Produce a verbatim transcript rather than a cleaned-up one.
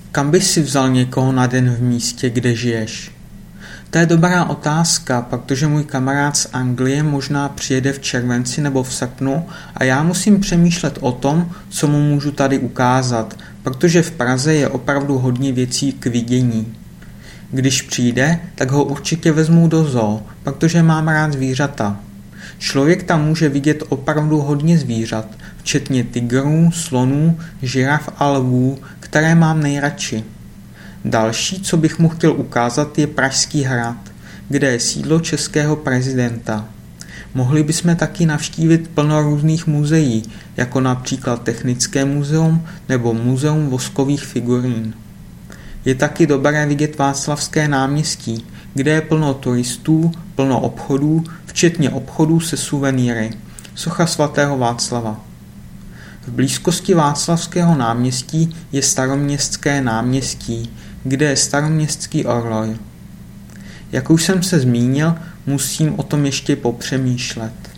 Kam bys si vzal někoho na den v místě, kde žiješ? To je dobrá otázka, protože můj kamarád z Anglie možná přijede v červenci nebo v srpnu a já musím přemýšlet o tom, co mu můžu tady ukázat, protože v Praze je opravdu hodně věcí k vidění. Když přijde, tak ho určitě vezmu do zoo, protože mám rád zvířata. Člověk tam může vidět opravdu hodně zvířat, včetně tigrů, slonů, žiraf a lvů, které mám nejradši. Další, co bych mu chtěl ukázat, je Pražský hrad, kde je sídlo českého prezidenta. Mohli bychom taky navštívit plno různých muzeí, jako například Technické muzeum nebo Muzeum voskových figurín. Je taky dobré vidět Václavské náměstí, kde je plno turistů, plno obchodů, včetně obchodů se suvenýry, socha svatého Václava. V blízkosti Václavského náměstí je Staroměstské náměstí, kde je Staroměstský orloj. Jak už jsem se zmínil, musím o tom ještě popřemýšlet.